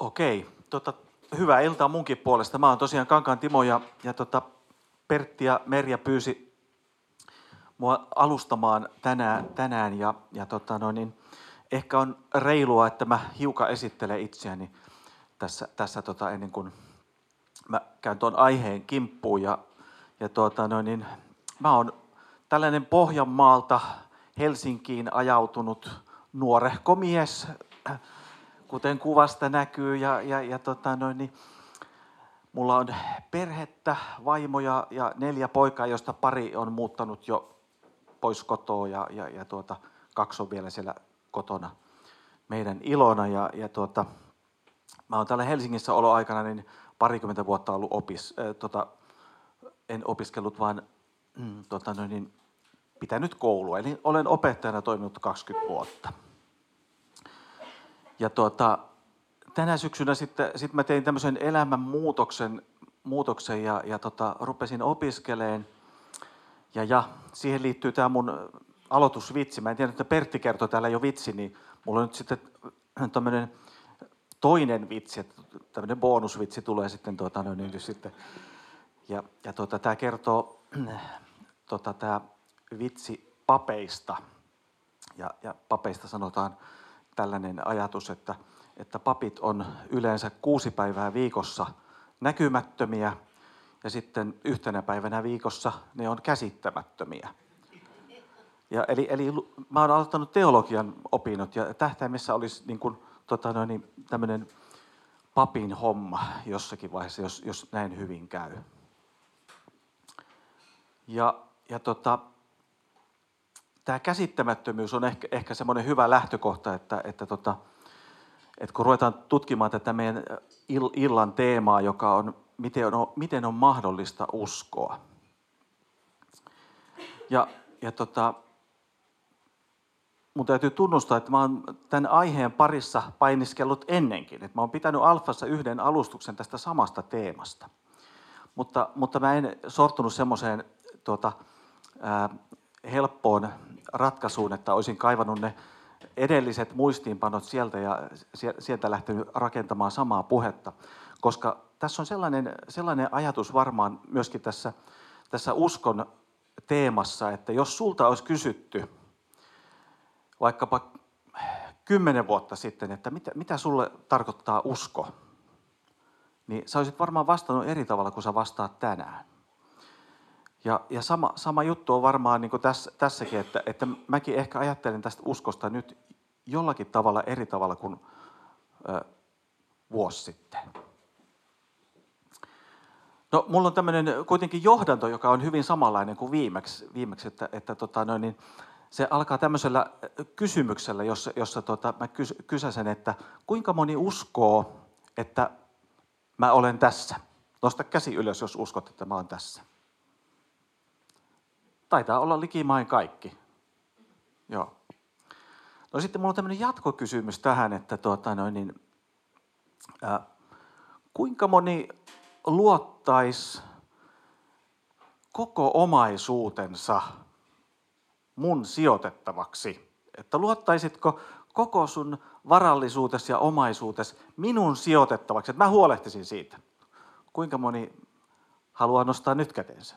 Okei, hyvää iltaa munkin puolesta. Mä oon tosiaan Kankaan Timo ja Pertti ja Merja pyysi mua alustamaan tänään ja ehkä on reilua, että mä hiukan esittelen itseäni tässä ennen kuin mä käyn tuon aiheen kimppuun mä oon tällainen Pohjanmaalta Helsinkiin ajautunut nuorehko mies, kuten kuvasta näkyy mulla on perhettä, vaimoja ja 4 poikaa, joista pari on muuttanut jo pois kotoa ja 2 on vielä siellä kotona meidän ilona mä oon täällä Helsingissä oloaikana niin 20 vuotta ollut en opiskellut vaan pitänyt koulua, eli olen opettajana toiminut 20 vuotta. Ja tänä syksynä sitten mä tein tämmöisen elämänmuutoksen ja rupesin opiskeleen ja siihen liittyy tämä mun aloitusvitsi. Mä en tiedä, että Pertti kertoi täällä jo vitsi, niin mulla on nyt sitten tämmöinen toinen vitsi, että tämmöinen bonusvitsi tulee sitten tää kertoo tää vitsi papeista ja papeista sanotaan tällainen ajatus, että papit on yleensä 6 päivää viikossa näkymättömiä ja sitten 1 päivänä viikossa ne on käsittämättömiä. Eli mä oon aloittanut teologian opinnot ja tähtäimessä olisi niin kuin, tämmöinen papin homma jossakin vaiheessa, jos näin hyvin käy. Tämä käsittämättömyys on ehkä semmoinen hyvä lähtökohta, että kun ruvetaan tutkimaan tätä meidän illan teemaa, joka on miten on mahdollista uskoa. Mun täytyy tunnustaa, että mä oon tämän aiheen parissa painiskellut ennenkin. Että mä oon pitänyt Alfassa 1 alustuksen tästä samasta teemasta. Mutta mä en sortunut semmoiseen helppoon ratkaisuun, että olisin kaivannut ne edelliset muistiinpanot sieltä ja sieltä lähtenyt rakentamaan samaa puhetta. Koska tässä on sellainen ajatus varmaan myöskin tässä uskon teemassa, että jos sulta olisi kysytty vaikkapa 10 vuotta sitten, että mitä sulle tarkoittaa usko, niin sä olisit varmaan vastannut eri tavalla kuin sä vastaat tänään. Ja sama juttu on varmaan niin kuin tässäkin, että mäkin ehkä ajattelen tästä uskosta nyt jollakin tavalla eri tavalla kuin vuosi sitten. No, mulla on tämmöinen kuitenkin johdanto, joka on hyvin samanlainen kuin viimeksi että se alkaa tämmöisellä kysymyksellä, jossa mä kysäsen, että kuinka moni uskoo, että mä olen tässä? Nosta käsi ylös, jos uskot, että mä olen tässä. Taitaa olla likimain kaikki. Joo. No sitten mulla on tämmöinen jatkokysymys tähän, että kuinka moni luottaisi koko omaisuutensa mun sijoitettavaksi? Että luottaisitko koko sun varallisuutesi ja omaisuutesi minun sijoitettavaksi? Että mä huolehtisin siitä. Kuinka moni haluaa nostaa nyt käteensä?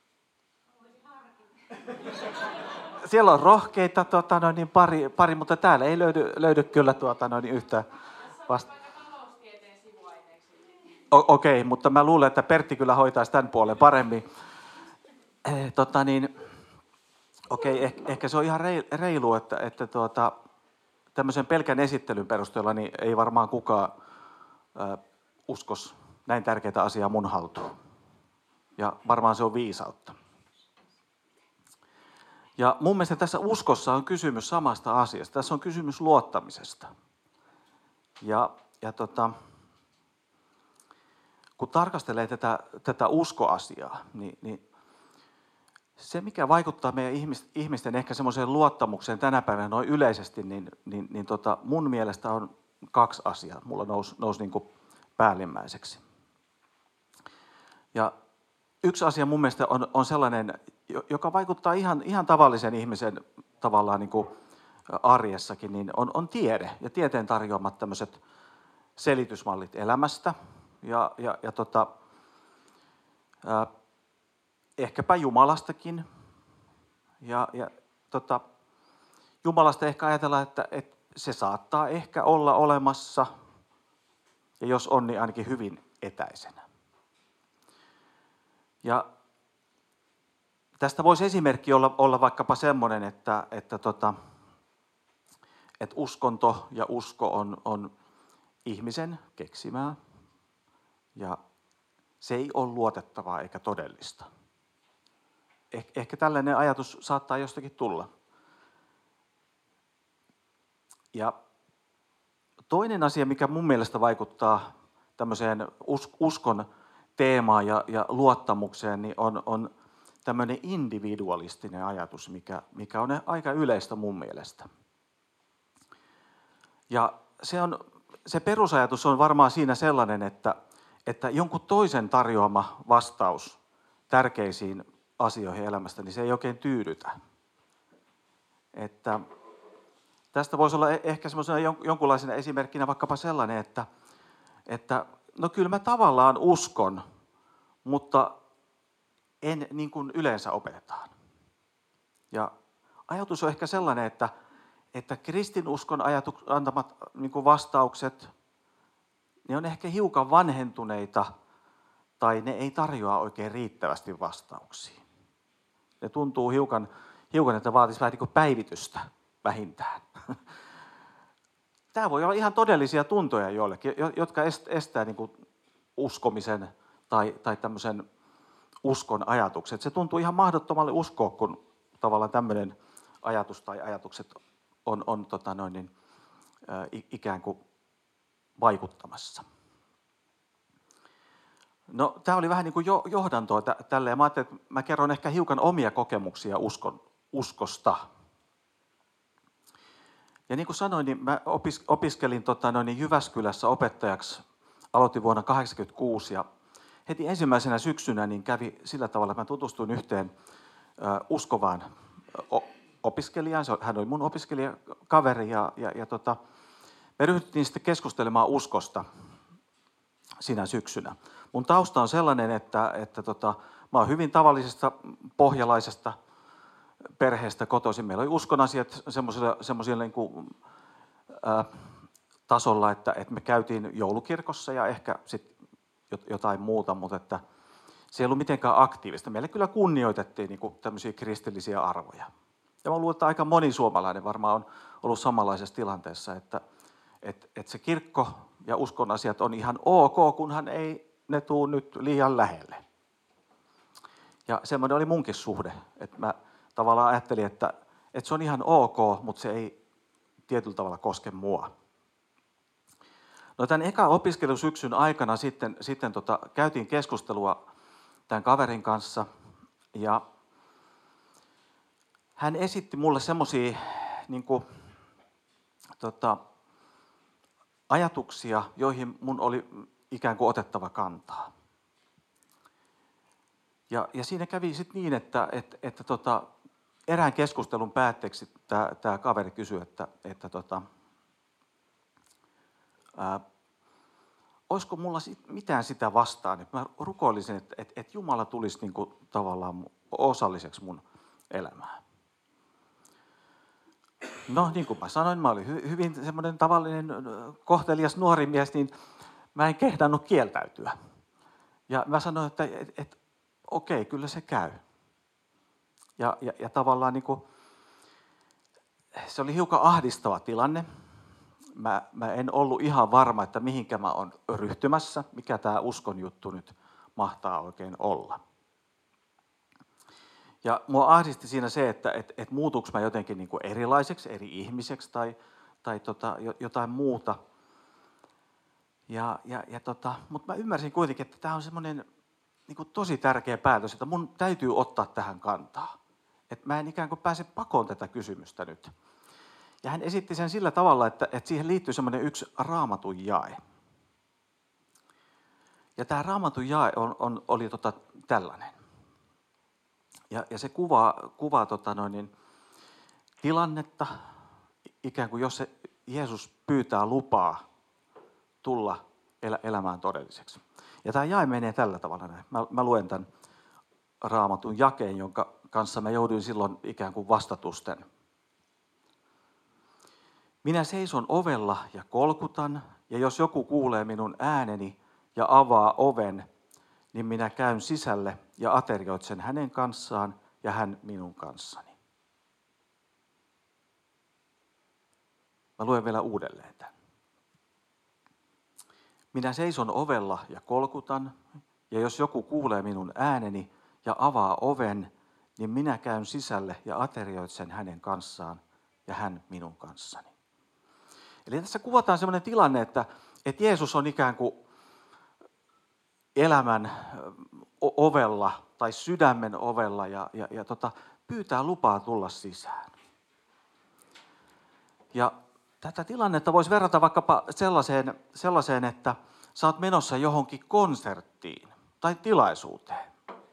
Siellä on rohkeita pari, mutta täällä ei löydy kyllä yhtään vasta. Okei, mutta mä luulen, että Pertti kyllä hoitaisi tämän puolen paremmin. Ehkä se on ihan reilu, että tämmöisen pelkän esittelyn perusteella niin ei varmaan kukaan uskoisi näin tärkeää asiaa mun haltuun. Ja varmaan se on viisautta. Ja mun mielestä tässä uskossa on kysymys samasta asiasta. Tässä on kysymys luottamisesta. Kun tarkastelee tätä uskoasiaa, niin se mikä vaikuttaa meidän ihmisten ehkä semmoiseen luottamukseen tänä päivänä noin yleisesti, niin mun mielestä on 2 asiaa. Mulla nousi niin kuin päällimmäiseksi. Ja yksi asia mun mielestä on sellainen, joka vaikuttaa ihan tavallisen ihmisen tavallaan niin kuin arjessakin, niin on tiede ja tieteen tarjoamat tämmöiset selitysmallit elämästä ja ehkäpä Jumalastakin. Ja Jumalasta ehkä ajatellaan, että se saattaa ehkä olla olemassa, ja jos on, niin ainakin hyvin etäisenä. Ja tästä voisi esimerkki olla vaikkapa semmoinen, että uskonto ja usko on ihmisen keksimää, ja se ei ole luotettavaa eikä todellista. Ehkä tällainen ajatus saattaa jostakin tulla. Ja toinen asia, mikä mun mielestä vaikuttaa tämmöiseen uskon teemaan ja luottamukseen, niin on tämmöinen individualistinen ajatus, mikä on aika yleistä mun mielestä. Ja se perusajatus on varmaan siinä sellainen, että jonkun toisen tarjoama vastaus tärkeisiin asioihin elämästä, niin se ei oikein tyydytä. Että tästä voisi olla ehkä semmoisena jonkunlaisena esimerkkinä vaikkapa sellainen, että no kyllä mä tavallaan uskon, mutta en niin kuin yleensä opetetaan. Ja ajatus on ehkä sellainen, että kristinuskon antamat niin kuin vastaukset, ne on ehkä hiukan vanhentuneita tai ne ei tarjoa oikein riittävästi vastauksia. Ne tuntuu hiukan että vaatisi vähän niin kuin päivitystä vähintään. Tämä voi olla ihan todellisia tuntoja joillekin, jotka estää niin kuin uskomisen tai tämmöisen uskon ajatukset. Se tuntuu ihan mahdottomalle uskoa, kun tavallaan tämmöinen ajatus tai ajatukset on ikään kuin vaikuttamassa. No, tämä oli vähän niin kuin johdantoa tälle, ja mä ajattelin, että mä kerron ehkä hiukan omia kokemuksia uskosta. Ja niin kuin sanoin, niin mä opiskelin Jyväskylässä opettajaksi, aloitin vuonna 1986, ja heti ensimmäisenä syksynä niin kävi sillä tavalla, että mä tutustuin yhteen uskovaan opiskelijaan. Hän oli mun opiskelijakaveri, ja me ryhdyttiin sitten keskustelemaan uskosta sinä syksynä. Mun tausta on sellainen, että mä oon hyvin tavallisesta pohjalaisesta perheestä kotoisin. Meillä oli uskon asiat semmoisella niin kuin, tasolla, että me käytiin joulukirkossa ja ehkä sitten jotain muuta, mutta että se ei ollut mitenkään aktiivista. Meille kyllä kunnioitettiin niin kuin tämmöisiä kristillisiä arvoja. Ja mä luulen, että aika moni suomalainen varmaan on ollut samanlaisessa tilanteessa, että se kirkko ja uskon asiat on ihan ok, kunhan ei ne tule nyt liian lähelle. Ja semmoinen oli munkin suhde, että mä tavallaan ajattelin, että se on ihan ok, mutta se ei tietyllä tavalla koske mua. No tämän ekan opiskelusyksyn aikana sitten käytiin keskustelua tämän kaverin kanssa, ja hän esitti mulle semmoisia niin kuin, ajatuksia, joihin mun oli ikään kuin otettava kantaa. Ja siinä kävi sitten niin, että erään keskustelun päätteeksi tämä kaveri kysyi, että olisiko mulla mitään sitä vastaan, että mä rukoilisin, että Jumala tulisi niin kuin tavallaan osalliseksi mun elämään. No niin kuin mä sanoin, mä olin hyvin semmoinen tavallinen kohtelias nuori mies, niin mä en kehdannut kieltäytyä. Ja mä sanoin, että okei, kyllä se käy. Ja tavallaan niin kuin, se oli hiukan ahdistava tilanne. Mä en ollut ihan varma, että mihinkä mä oon ryhtymässä, mikä tämä uskon juttu nyt mahtaa oikein olla. Ja mua ahdisti siinä se, että muutuuko mä jotenkin niin kuin erilaiseksi, eri ihmiseksi tai jotain muuta. Mutta mä ymmärsin kuitenkin, että tämä on semmoinen niin kuin tosi tärkeä päätös, että mun täytyy ottaa tähän kantaa. Että mä en ikään kuin pääse pakoon tätä kysymystä nyt. Ja hän esitti sen sillä tavalla, että siihen liittyy semmoinen yksi Raamatun jae. Ja tämä Raamatun jae oli tällainen. Ja se kuvaa tilannetta, ikään kuin jos Jeesus pyytää lupaa tulla elämään todelliseksi. Ja tämä jae menee tällä tavalla näin. Mä luen tämän Raamatun jakeen, jonka kanssa mä jouduin silloin ikään kuin vastatusten. Minä seison ovella ja kolkutan, ja jos joku kuulee minun ääneni ja avaa oven, niin minä käyn sisälle ja aterioitsen hänen kanssaan ja hän minun kanssani. Mä luen vielä uudelleen tämän. Minä seison ovella ja kolkutan, ja jos joku kuulee minun ääneni ja avaa oven, niin minä käyn sisälle ja aterioitsen hänen kanssaan ja hän minun kanssani. Eli tässä kuvataan sellainen tilanne, että Jeesus on ikään kuin elämän ovella tai sydämen ovella ja pyytää lupaa tulla sisään. Ja tätä tilannetta voisi verrata vaikkapa sellaiseen, että sä oot menossa johonkin konserttiin tai tilaisuuteen.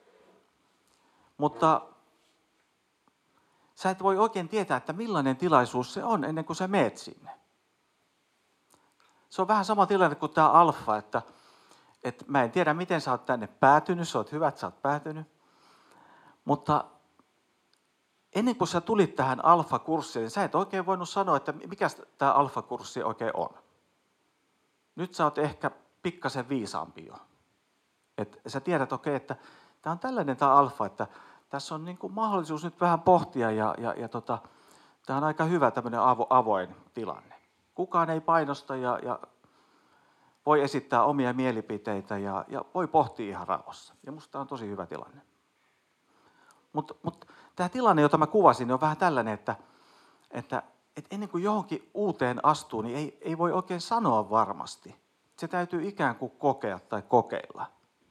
Mutta sä et voi oikein tietää, että millainen tilaisuus se on ennen kuin sä meet sinne. Se on vähän sama tilanne kuin tämä alfa, että mä en tiedä, miten sä oot tänne päätynyt. Sä oot hyvä, että sä oot päätynyt. Mutta ennen kuin sä tulit tähän alfa-kurssiin, niin sä et oikein voinut sanoa, että mikä tämä alfa-kurssi oikein on. Nyt sä oot ehkä pikkasen viisaampi jo. Että sä tiedät, että tämä on tällainen tämä alfa, että tässä on niin kuin mahdollisuus nyt vähän pohtia ja tämä on aika hyvä tämmöinen avoin tilanne. Kukaan ei painosta ja voi esittää omia mielipiteitä ja voi pohtia ihan rauhassa. Ja musta tämä on tosi hyvä tilanne. Mutta tämä tilanne, jota mä kuvasin, on vähän tällainen, että ennen kuin johonkin uuteen astuu, niin ei voi oikein sanoa varmasti. Se täytyy ikään kuin kokea tai kokeilla.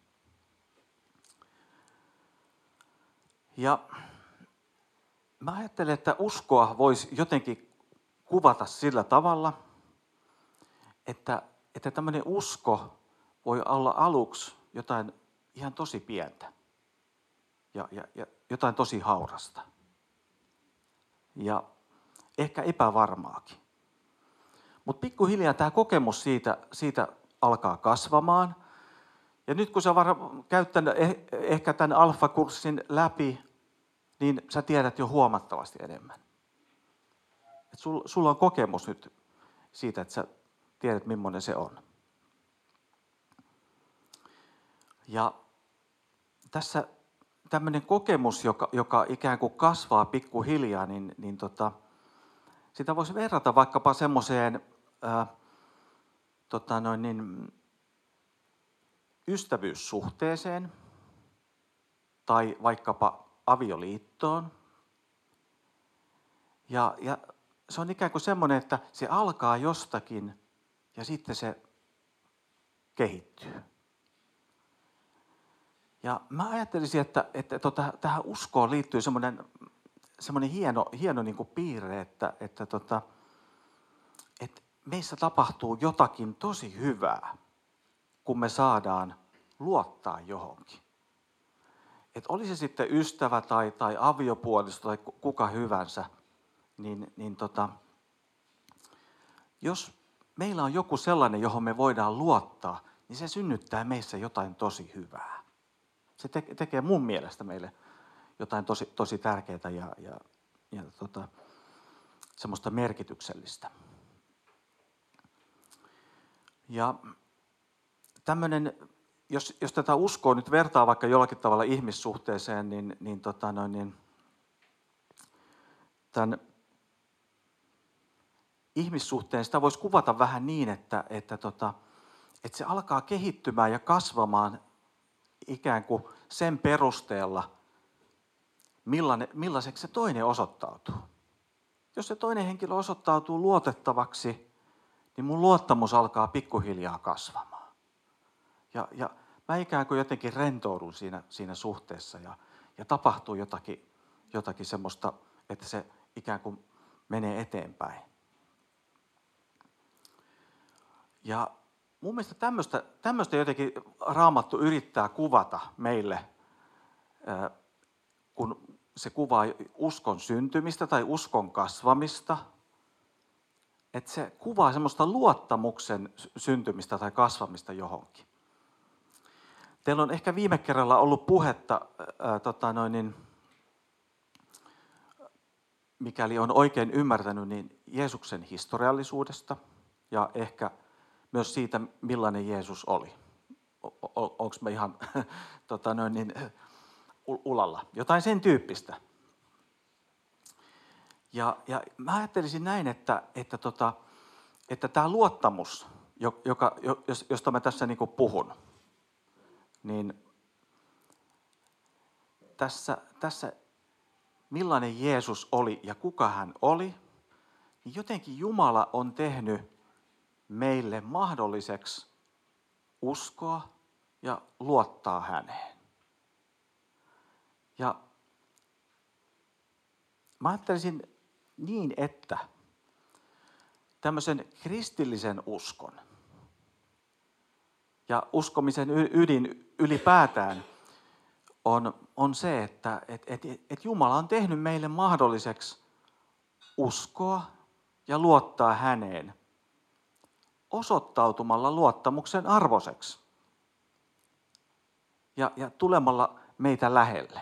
Ja mä ajattelen, että uskoa voisi jotenkin kuvata sillä tavalla, että tämmöinen usko voi olla aluksi jotain ihan tosi pientä ja jotain tosi haurasta ja ehkä epävarmaakin. Mutta pikkuhiljaa tämä kokemus siitä alkaa kasvamaan. Ja nyt kun sä käyttänyt ehkä tämän alfa-kurssin läpi, niin sä tiedät jo huomattavasti enemmän. Et sulla on kokemus nyt siitä, että sä tiedät, millainen se on. Ja tässä tämmöinen kokemus, joka ikään kuin kasvaa pikkuhiljaa, niin sitä voisi verrata vaikkapa semmoiseen ystävyyssuhteeseen tai vaikkapa avioliittoon. Ja se on ikään kuin semmoinen, että se alkaa jostakin ja sitten se kehittyy. Ja mä ajattelisin, että tähän uskoon liittyy semmoinen hieno niin kuin piirre, että meissä tapahtuu jotakin tosi hyvää, kun me saadaan luottaa johonkin. Että oli se sitten ystävä tai aviopuoliso tai kuka hyvänsä, niin jos meillä on joku sellainen, johon me voidaan luottaa, niin se synnyttää meissä jotain tosi hyvää. Se tekee mun mielestä meille jotain tosi tärkeää ja semmoista merkityksellistä. Ja tämmöinen, jos tätä uskoa nyt vertaa vaikka jollakin tavalla ihmissuhteeseen, niin tämän ihmissuhteen sitä voisi kuvata vähän niin, että se alkaa kehittymään ja kasvamaan ikään kuin sen perusteella, millaiseksi se toinen osoittautuu. Jos se toinen henkilö osoittautuu luotettavaksi, niin mun luottamus alkaa pikkuhiljaa kasvamaan. Ja mä ikään kuin jotenkin rentoudun siinä suhteessa ja tapahtuu jotakin semmoista, että se ikään kuin menee eteenpäin. Ja mun mielestä tämmöistä jotenkin Raamattu yrittää kuvata meille, kun se kuvaa uskon syntymistä tai uskon kasvamista. että se kuvaa semmoista luottamuksen syntymistä tai kasvamista johonkin. Teillä on ehkä viime kerralla ollut puhetta, mikäli on oikein ymmärtänyt, niin Jeesuksen historiallisuudesta ja ehkä myös siitä, millainen Jeesus oli. Onko me ihan ulalla? Jotain sen tyyppistä. Ja mä ajattelisin näin, että tämä luottamus, josta mä tässä niin kuin puhun, niin tässä millainen Jeesus oli ja kuka hän oli, niin jotenkin Jumala on tehnyt meille mahdolliseksi uskoa ja luottaa häneen. Ja mä ajattelisin niin, että tämmöisen kristillisen uskon ja uskomisen ydin ylipäätään on se, että Jumala on tehnyt meille mahdolliseksi uskoa ja luottaa häneen osoittautumalla luottamuksen arvoiseksi ja tulemalla meitä lähelle.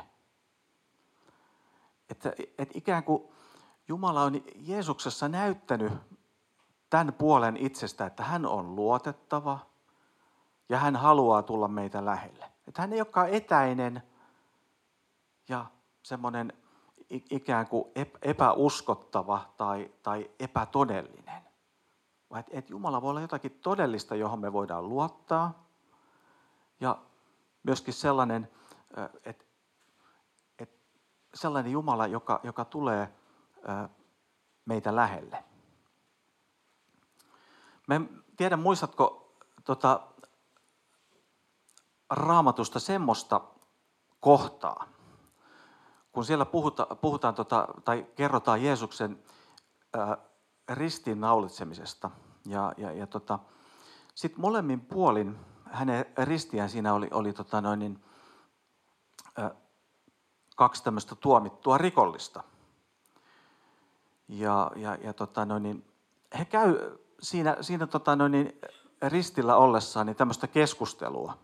Että ikään kuin Jumala on Jeesuksessa näyttänyt tämän puolen itsestä, että hän on luotettava ja hän haluaa tulla meitä lähelle. Että hän ei olekaan etäinen ja semmoinen ikään kuin epäuskottava tai epätodellinen. Vaan että Jumala voi olla jotakin todellista, johon me voidaan luottaa. Ja myöskin sellainen, että sellainen Jumala, joka tulee meitä lähelle. Mä en tiedä, muistatko Raamatusta semmoista kohtaa, kun siellä puhutaan tai kerrotaan Jeesuksen ristiinnaulitsemisesta. Sitten molemmin puolin hänen ristiään siinä oli kaksi tämmöistä tuomittua rikollista. He käy siinä ristillä ollessaan niin tämmöistä keskustelua.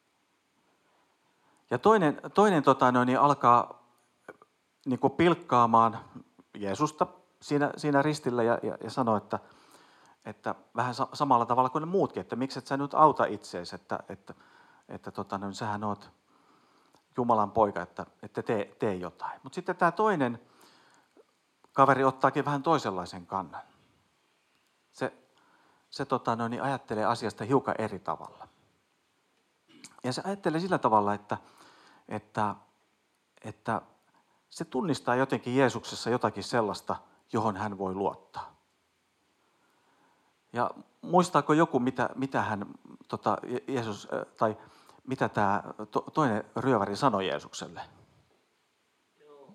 Ja toinen alkaa niin kuin pilkkaamaan Jeesusta siinä ristillä ja sanoo, että vähän samalla tavalla kuin ne muutkin, että miksi et sä nyt auta itseesi, että sähän oot Jumalan poika, että tee jotain. Mutta sitten tämä toinen kaveri ottaakin vähän toisenlaisen kannan. Se ajattelee asiasta hiukan eri tavalla. Ja se ajattelee sillä tavalla, että se tunnistaa jotenkin Jeesuksessa jotakin sellaista, johon hän voi luottaa. Ja muistaako joku, mitä hän Jeesus tai mitä tämä toinen ryöväri sanoi Jeesukselle? Joo.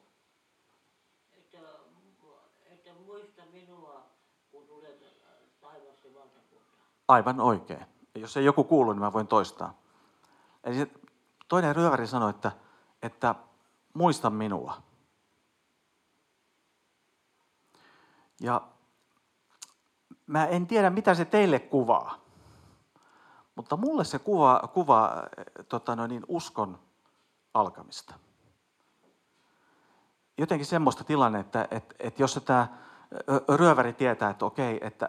Että muista minua, kun tulet taivaan valtakuntaan. Aivan oikein. Ja jos ei joku kuulu, niin mä voin toistaa. Eli se toinen ryöväri sanoi, että muista minua. Ja mä en tiedä, mitä se teille kuvaa, mutta mulle se kuvaa uskon alkamista. Jotenkin semmoista tilannetta, että jos tämä ryöväri tietää, että okei, että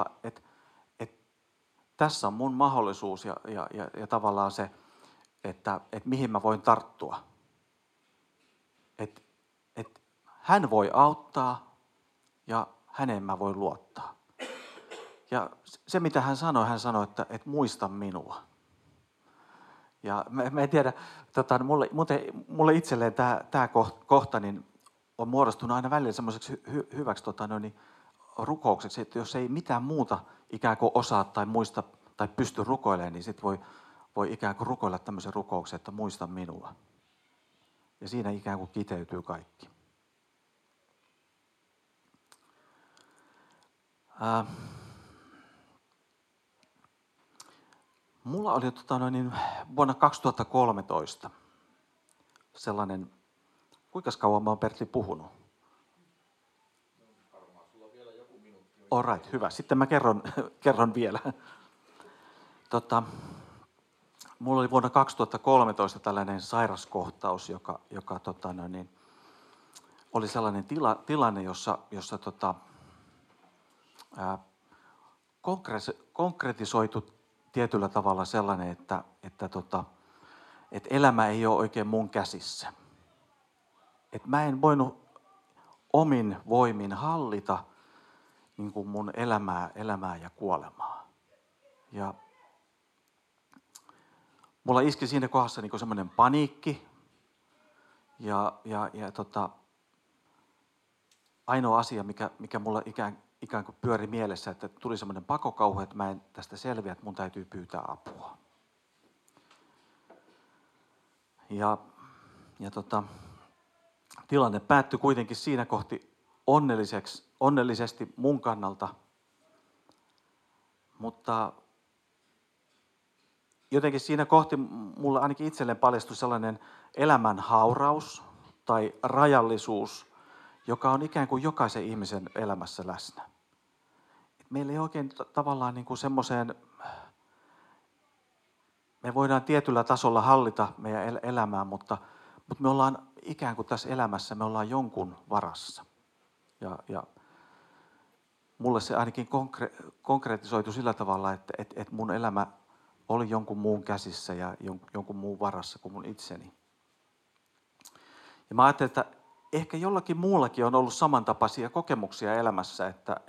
tässä on mun mahdollisuus ja tavallaan se, että mihin mä voin tarttua. Että hän voi auttaa ja häneen mä voin luottaa. Ja se, mitä hän sanoi, että muista minua. Ja mä en tiedä, mulle itselleen tämä kohta niin on muodostunut aina välillä semmoiseksi hyväksi rukoukseksi, että jos ei mitään muuta ikään kuin osaa tai muista tai pysty rukoilemaan, niin sitten voi ikään kuin rukoilla tämmöisen rukouksen, että muista minua. Ja siinä ikään kuin kiteytyy kaikki. Mulla oli vuonna 2013 sellainen, kuinka kauan mä oon Pertti puhunut? Varmaan sulla vielä joku minuutti All right, hyvä. Sitten mä kerron vielä. Mulla oli vuonna 2013 tällainen sairaskohtaus, joka oli sellainen tilanne, jossa konkretisoitu tietyllä tavalla sellainen, että elämä ei ole oikein mun käsissä. Että mä en voinut omin voimin hallita niin kuin mun elämää ja kuolemaa. Ja mulla iski siinä kohdassa niin kuin semmoinen paniikki. Ainoa asia, mikä mulla ikään kuin pyöri mielessä, että tuli semmoinen pakokauhu, että mä en tästä selviä, että mun täytyy pyytää apua. Tilanne päättyi kuitenkin siinä kohti onnellisesti mun kannalta, mutta jotenkin siinä kohti mulle ainakin itselleen paljastui sellainen elämän hauraus tai rajallisuus, joka on ikään kuin jokaisen ihmisen elämässä läsnä. Meillä ei oikein tavallaan niin kuin semmoiseen, me voidaan tietyllä tasolla hallita meidän elämää, mutta me ollaan ikään kuin tässä elämässä, me ollaan jonkun varassa. Ja mulle se ainakin konkretisoitu sillä tavalla, että mun elämä oli jonkun muun käsissä ja jonkun muun varassa kuin mun itseni. Ja mä ajattelin, että ehkä jollakin muullakin on ollut samantapaisia kokemuksia elämässä, että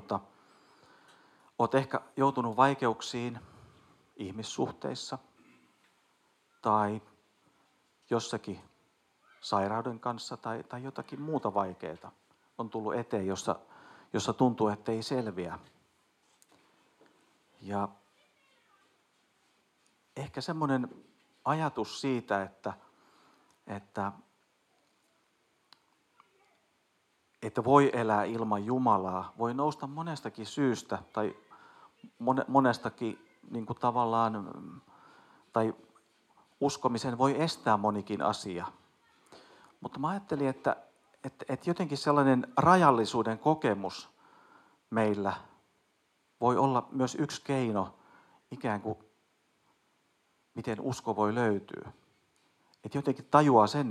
oot ehkä joutunut vaikeuksiin ihmissuhteissa tai jossakin sairauden kanssa tai jotakin muuta vaikeaa on tullut eteen, jossa tuntuu, että ei selviä. Ja ehkä semmoinen ajatus siitä, että voi elää ilman Jumalaa, voi nousta monestakin syystä tai monestakin niin kuin tavallaan, tai uskomisen voi estää monikin asia. Mutta mä ajattelin, että jotenkin sellainen rajallisuuden kokemus meillä voi olla myös yksi keino ikään kuin, miten usko voi löytyä. Että jotenkin tajuaa sen,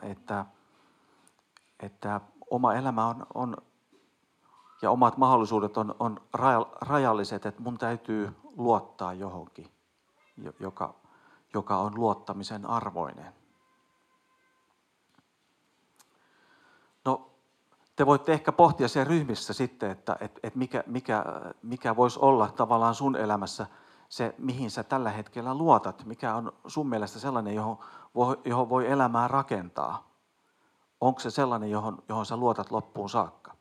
että oma elämä on ja omat mahdollisuudet on rajalliset, että mun täytyy luottaa johonkin, joka on luottamisen arvoinen. No, te voitte ehkä pohtia sen ryhmissä sitten, että mikä voisi olla tavallaan sun elämässä se, mihin sä tällä hetkellä luotat. Mikä on sun mielestä sellainen, johon voi elämää rakentaa? Onko se sellainen, johon sä luotat loppuun saakka?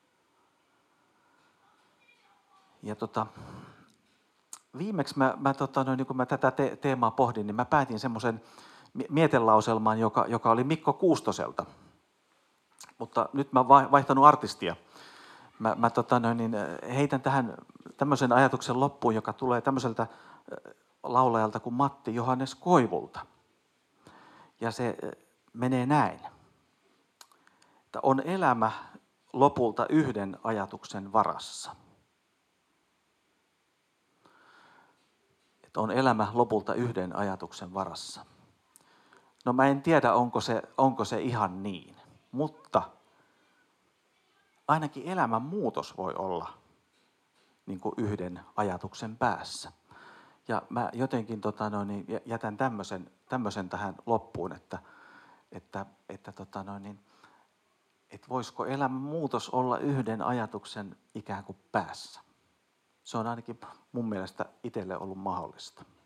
Ja viimeksi niin kun mä tätä teemaa pohdin, niin mä päätin semmoisen mietelauselman, joka oli Mikko Kuustoselta. Mutta nyt mä oon vaihtanut artistia. Mä heitän tähän tämmöisen ajatuksen loppuun, joka tulee tämmöiseltä laulajalta kuin Matti Johannes Koivulta. Ja se menee näin. Että on elämä lopulta yhden ajatuksen varassa. Että on elämä lopulta yhden ajatuksen varassa. No mä en tiedä, onko se ihan niin, mutta ainakin elämän muutos voi olla niin kuin yhden ajatuksen päässä. Ja mä jotenkin jätän tämmöisen tähän loppuun, että voisiko elämän muutos olla yhden ajatuksen ikään kuin päässä. Se on ainakin mun mielestä itselle ollut mahdollista.